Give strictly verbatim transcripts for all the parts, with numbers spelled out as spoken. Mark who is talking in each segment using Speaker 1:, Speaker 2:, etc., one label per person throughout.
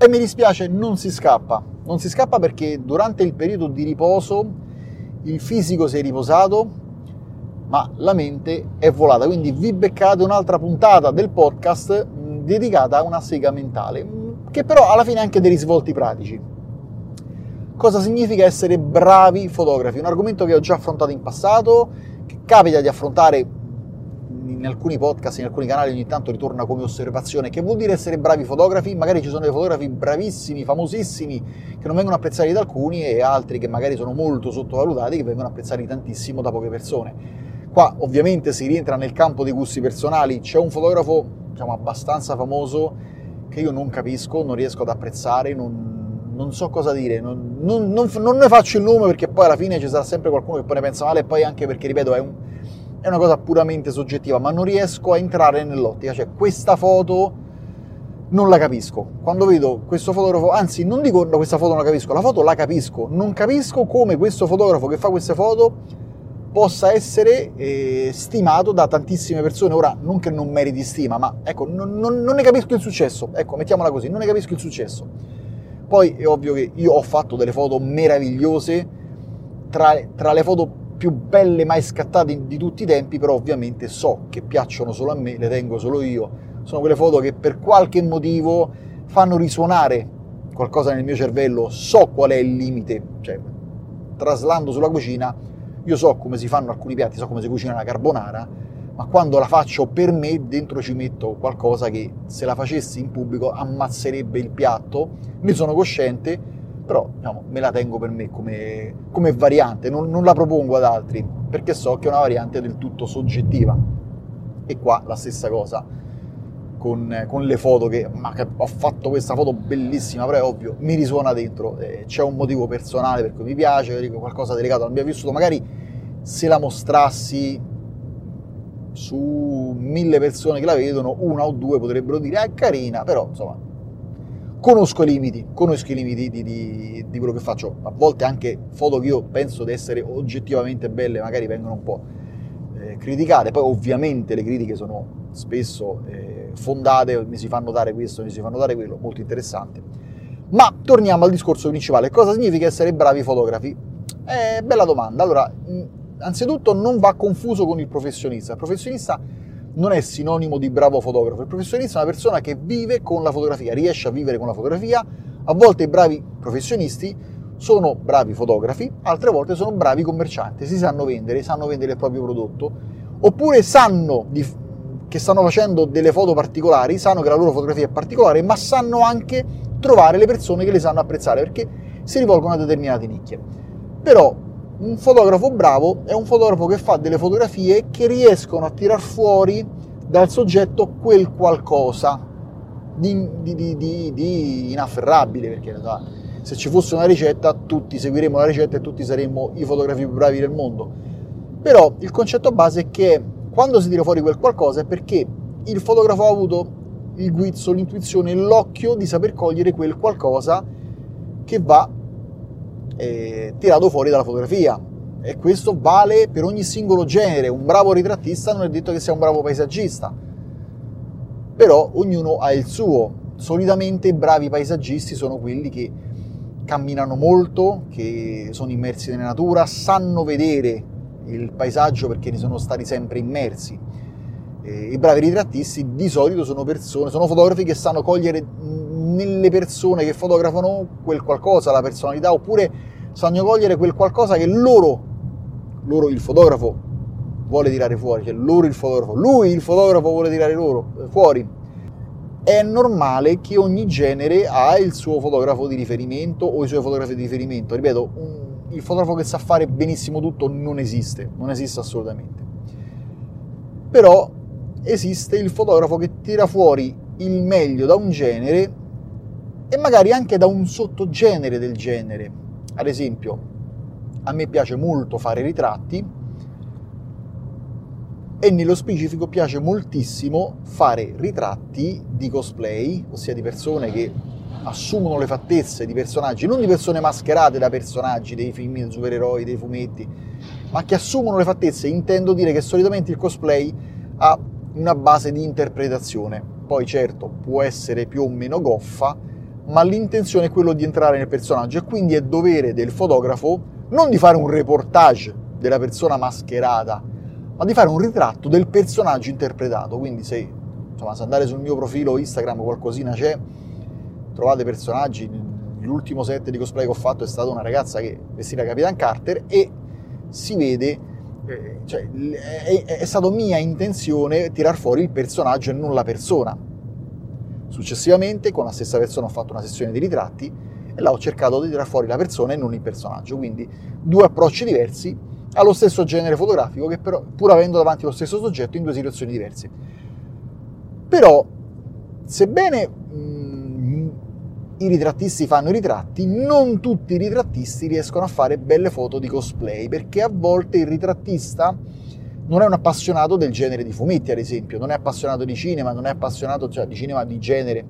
Speaker 1: E mi dispiace, non si scappa. Non si scappa perché durante il periodo di riposo il fisico si è riposato, ma la mente è volata. Quindi vi beccate un'altra puntata del podcast mh, dedicata a una sega mentale, mh, che però alla fine ha anche dei risvolti pratici. Cosa significa essere bravi fotografi? Un argomento che ho già affrontato in passato, che capita di affrontare in alcuni podcast, in alcuni canali ogni tanto ritorna come osservazione. Che vuol dire essere bravi fotografi? Magari ci sono dei fotografi bravissimi, famosissimi, che non vengono apprezzati da alcuni, e altri che magari sono molto sottovalutati, che vengono apprezzati tantissimo da poche persone. Qua ovviamente si rientra nel campo dei gusti personali. C'è un fotografo, diciamo, abbastanza famoso che io non capisco, non riesco ad apprezzare, non, non so cosa dire, non, non, non, non ne faccio il nome perché poi alla fine ci sarà sempre qualcuno che poi ne pensa male, e poi anche perché, ripeto, è un È una cosa puramente soggettiva, ma non riesco a entrare nell'ottica. Cioè, questa foto non la capisco. Quando vedo questo fotografo, anzi, non dico questa foto non la capisco, la foto la capisco. Non capisco come questo fotografo che fa queste foto possa essere eh, stimato da tantissime persone. Ora, non che non meriti stima, ma ecco, non, non, non ne capisco il successo. Ecco, mettiamola così, non ne capisco il successo. Poi è ovvio che io ho fatto delle foto meravigliose, tra, tra le foto più belle mai scattate di tutti i tempi, però ovviamente so che piacciono solo a me, le tengo solo io. Sono quelle foto che per qualche motivo fanno risuonare qualcosa nel mio cervello, so qual è il limite, cioè traslando sulla cucina, io so come si fanno alcuni piatti, so come si cucina la carbonara, ma quando la faccio per me dentro ci metto qualcosa che se la facessi in pubblico ammazzerebbe il piatto, ne sono cosciente, però diciamo, me la tengo per me come, come variante, non, non la propongo ad altri, perché so che è una variante del tutto soggettiva. E qua la stessa cosa con, con le foto, che, ma che ho fatto questa foto bellissima, però è ovvio, mi risuona dentro, eh, c'è un motivo personale per cui mi piace, qualcosa di legato al mio vissuto. Magari se la mostrassi su mille persone che la vedono, una o due potrebbero dire è carina, però insomma conosco i limiti, conosco i limiti di, di, di quello che faccio. A volte anche foto che io penso di essere oggettivamente belle magari vengono un po' eh, criticate, poi ovviamente le critiche sono spesso eh, fondate, mi si fa notare questo, mi si fa notare quello, molto interessante. Ma torniamo al discorso principale. Cosa significa essere bravi fotografi? Eh, bella domanda. Allora, anzitutto non va confuso con il professionista. Il professionista non è sinonimo di bravo fotografo. Il professionista è una persona che vive con la fotografia, riesce a vivere con la fotografia. A volte i bravi professionisti sono bravi fotografi, altre volte sono bravi commercianti, si sanno vendere, sanno vendere il proprio prodotto, oppure sanno di, che stanno facendo delle foto particolari, sanno che la loro fotografia è particolare, ma sanno anche trovare le persone che le sanno apprezzare, perché si rivolgono a determinate nicchie. Però un fotografo bravo è un fotografo che fa delle fotografie che riescono a tirar fuori dal soggetto quel qualcosa di, di, di, di, di inafferrabile, perché se ci fosse una ricetta tutti seguiremmo la ricetta e tutti saremmo i fotografi più bravi del mondo. Però il concetto base è che quando si tira fuori quel qualcosa è perché il fotografo ha avuto il guizzo, l'intuizione, l'occhio di saper cogliere quel qualcosa che va Eh, tirato fuori dalla fotografia, e questo vale per ogni singolo genere. Un bravo ritrattista non è detto che sia un bravo paesaggista, però ognuno ha il suo. Solitamente i bravi paesaggisti sono quelli che camminano molto, che sono immersi nella natura, sanno vedere il paesaggio perché ne sono stati sempre immersi. Eh, i bravi ritrattisti di solito sono persone, sono fotografi che sanno cogliere nelle persone che fotografano quel qualcosa, la personalità, oppure sanno cogliere quel qualcosa che loro, loro il fotografo vuole tirare fuori, cioè loro il fotografo, lui il fotografo vuole tirare loro fuori. È normale che ogni genere ha il suo fotografo di riferimento o i suoi fotografi di riferimento. Ripeto, un, il fotografo che sa fare benissimo tutto non esiste, non esiste assolutamente. Però esiste il fotografo che tira fuori il meglio da un genere e magari anche da un sottogenere del genere. Ad esempio, a me piace molto fare ritratti e nello specifico piace moltissimo fare ritratti di cosplay, ossia di persone che assumono le fattezze di personaggi, non di persone mascherate da personaggi dei film dei supereroi, dei fumetti, ma che assumono le fattezze. Intendo dire che solitamente il cosplay ha una base di interpretazione. Poi certo, può essere più o meno goffa, ma l'intenzione è quello di entrare nel personaggio e quindi è dovere del fotografo non di fare un reportage della persona mascherata, ma di fare un ritratto del personaggio interpretato. Quindi se, insomma, se andate sul mio profilo Instagram qualcosina c'è, trovate personaggi. L'ultimo set di cosplay che ho fatto è stata una ragazza che vestiva Capitan Carter e si vede, eh, cioè, è, è stato mia intenzione tirar fuori il personaggio e non la persona. Successivamente con la stessa persona ho fatto una sessione di ritratti e là ho cercato di tirar fuori la persona e non il personaggio, quindi due approcci diversi allo stesso genere fotografico, che però, pur avendo davanti lo stesso soggetto, in due situazioni diverse. Però, sebbene mh, i ritrattisti fanno i ritratti, non tutti i ritrattisti riescono a fare belle foto di cosplay, perché a volte il ritrattista non è un appassionato del genere di fumetti, ad esempio, non è appassionato di cinema, non è appassionato, cioè, di cinema di genere,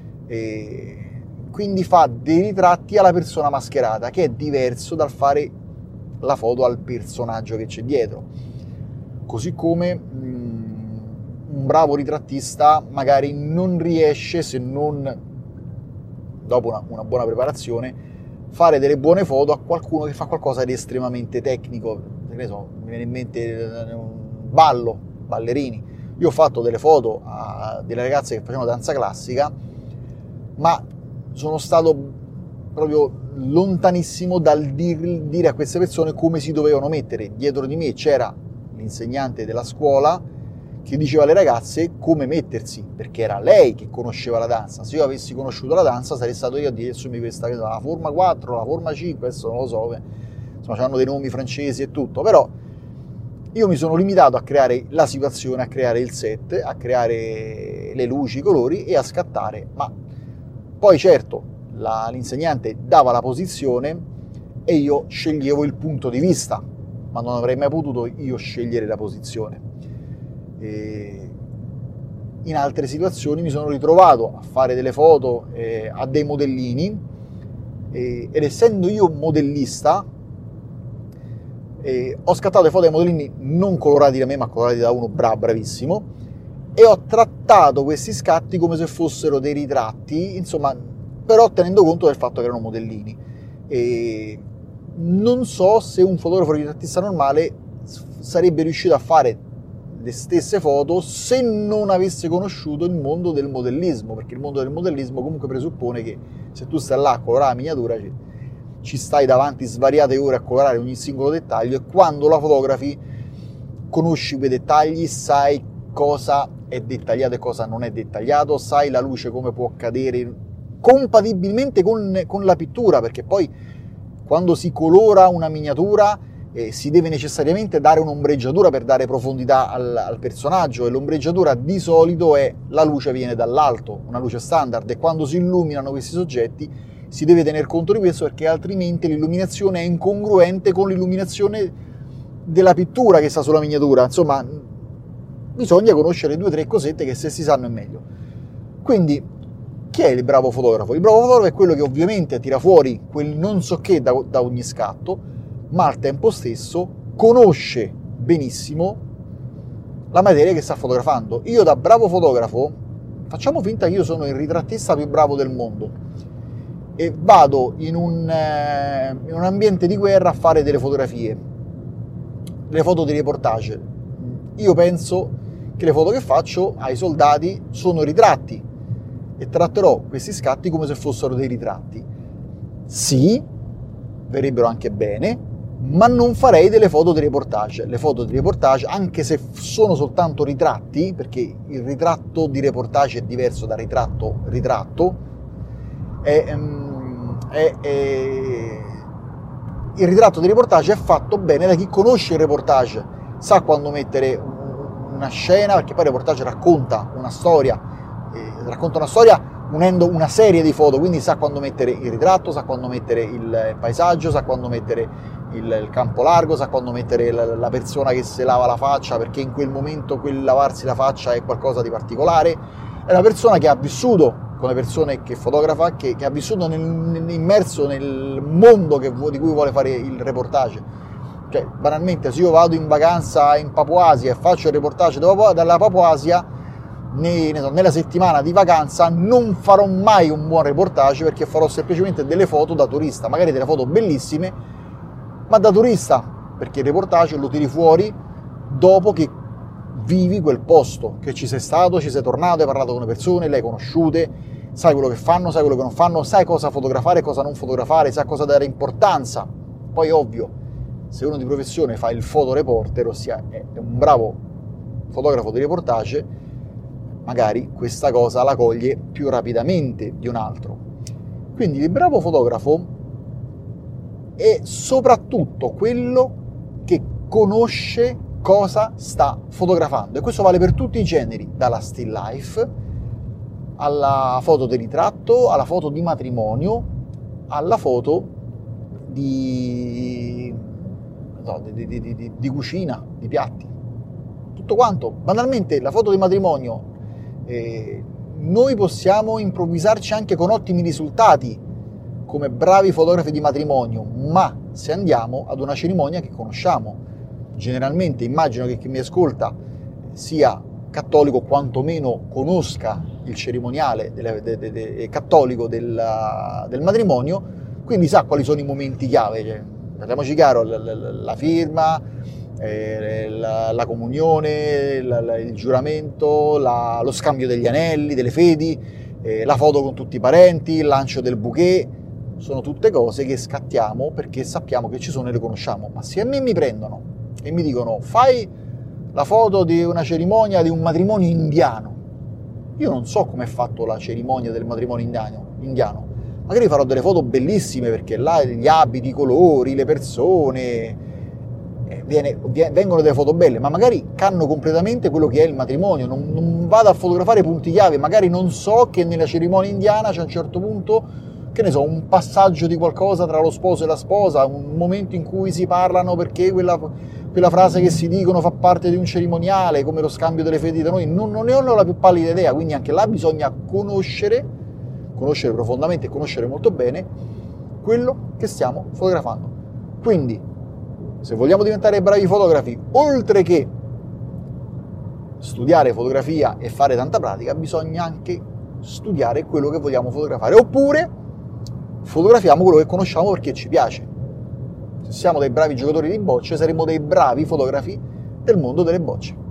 Speaker 1: e quindi fa dei ritratti alla persona mascherata, che è diverso dal fare la foto al personaggio che c'è dietro. Così come mh, un bravo ritrattista magari non riesce, se non dopo una, una buona preparazione, fare delle buone foto a qualcuno che fa qualcosa di estremamente tecnico. Che ne so, mi viene in mente un ballo, ballerini. Io ho fatto delle foto a delle ragazze che facevano danza classica, ma sono stato proprio lontanissimo dal dir, dire a queste persone come si dovevano mettere. Dietro di me c'era l'insegnante della scuola che diceva alle ragazze come mettersi, perché era lei che conosceva la danza. Se io avessi conosciuto la danza sarei stato io a dire assumi questa, la forma quattro, la forma cinque, adesso non lo so, insomma hanno dei nomi francesi e tutto, però io mi sono limitato a creare la situazione, a creare il set, a creare le luci, i colori e a scattare. Ma poi certo la, l'insegnante dava la posizione e io sceglievo il punto di vista, ma non avrei mai potuto io scegliere la posizione. E in altre situazioni mi sono ritrovato a fare delle foto eh, a dei modellini eh, ed essendo io modellista eh, ho scattato le foto ai modellini non colorati da me ma colorati da uno bravo, bravissimo, e ho trattato questi scatti come se fossero dei ritratti, insomma, però tenendo conto del fatto che erano modellini. E non so se un fotografo ritrattista normale sarebbe riuscito a fare le stesse foto se non avesse conosciuto il mondo del modellismo, perché il mondo del modellismo comunque presuppone che se tu stai là a colorare la miniatura ci, ci stai davanti svariate ore a colorare ogni singolo dettaglio, e quando la fotografi conosci quei dettagli, sai cosa è dettagliato e cosa non è dettagliato, sai la luce come può cadere compatibilmente con, con la pittura, perché poi quando si colora una miniatura eh, si deve necessariamente dare un'ombreggiatura per dare profondità al, al personaggio, e l'ombreggiatura di solito è la luce viene dall'alto, una luce standard, e quando si illuminano questi soggetti si deve tener conto di questo, perché altrimenti l'illuminazione è incongruente con l'illuminazione della pittura che sta sulla miniatura. Insomma, bisogna conoscere due o tre cosette che se si sanno è meglio. Quindi chi è il bravo fotografo? Il bravo fotografo è quello che ovviamente tira fuori quel non so che da, da ogni scatto, ma al tempo stesso conosce benissimo la materia che sta fotografando. Io da bravo fotografo, facciamo finta che io sono il ritrattista più bravo del mondo e vado in un, eh, in un ambiente di guerra a fare delle fotografie, delle foto di reportage. Io penso che le foto che faccio ai soldati sono ritratti e tratterò questi scatti come se fossero dei ritratti. Sì, verrebbero anche bene, ma non farei delle foto di reportage. Le foto di reportage, anche se sono soltanto ritratti, perché il ritratto di reportage è diverso dal ritratto ritratto, è, è, è, il ritratto di reportage è fatto bene da chi conosce il reportage, sa quando mettere una scena, perché poi il reportage racconta una storia, eh, racconta una storia unendo una serie di foto, quindi sa quando mettere il ritratto, sa quando mettere il paesaggio, sa quando mettere il, il campo largo, sa quando mettere la, la persona che si lava la faccia, perché in quel momento quel lavarsi la faccia è qualcosa di particolare. È una persona che ha vissuto con le persone che fotografa, che, che ha vissuto nel, nel, immerso nel mondo che, di cui vuole fare il reportage. Cioè, banalmente, se io vado in vacanza in Papuasia e faccio il reportage dalla Papuasia, nei, ne so, nella settimana di vacanza non farò mai un buon reportage, perché farò semplicemente delle foto da turista, magari delle foto bellissime, ma da turista, perché il reportage lo tiri fuori dopo che vivi quel posto, che ci sei stato, ci sei tornato, hai parlato con le persone, le hai conosciute, sai quello che fanno, sai quello che non fanno, sai cosa fotografare, cosa non fotografare, sai cosa dare importanza. Poi ovvio, se uno di professione fa il fotoreporter, ossia è un bravo fotografo di reportage, magari questa cosa la coglie più rapidamente di un altro. Quindi il bravo fotografo è soprattutto quello che conosce cosa sta fotografando, e questo vale per tutti i generi, dalla still life alla foto di ritratto, alla foto di matrimonio, alla foto di, no, di, di, di, di cucina, di piatti, tutto quanto. Banalmente la foto di matrimonio, eh, noi possiamo improvvisarci anche con ottimi risultati come bravi fotografi di matrimonio, ma se andiamo ad una cerimonia che conosciamo, generalmente immagino che chi mi ascolta sia cattolico, quantomeno conosca il cerimoniale de, de, de, de, cattolico del, del matrimonio, quindi sa quali sono i momenti chiave. Cioè, parliamoci chiaro, la, la, la firma, eh, la, la comunione, la, la, il giuramento, la, lo scambio degli anelli, delle fedi, eh, la foto con tutti i parenti, il lancio del bouquet, sono tutte cose che scattiamo perché sappiamo che ci sono e le conosciamo. Ma se a me mi prendono e mi dicono fai la foto di una cerimonia di un matrimonio indiano, io non so com'è fatto la cerimonia del matrimonio indiano, indiano. Magari farò delle foto bellissime perché là gli abiti, i colori, le persone, eh, viene, vengono delle foto belle, ma magari canno completamente quello che è il matrimonio. Non, non vado a fotografare punti chiave, magari non so che nella cerimonia indiana c'è a un certo punto, che ne so, un passaggio di qualcosa tra lo sposo e la sposa, un momento in cui si parlano perché quella, quella frase che si dicono fa parte di un cerimoniale, come lo scambio delle fedi da noi, non, non ne ho la più pallida idea, quindi anche là bisogna conoscere, conoscere profondamente e conoscere molto bene quello che stiamo fotografando. Quindi, se vogliamo diventare bravi fotografi, oltre che studiare fotografia e fare tanta pratica, bisogna anche studiare quello che vogliamo fotografare, oppure fotografiamo quello che conosciamo perché ci piace. Se siamo dei bravi giocatori di bocce, saremo dei bravi fotografi del mondo delle bocce.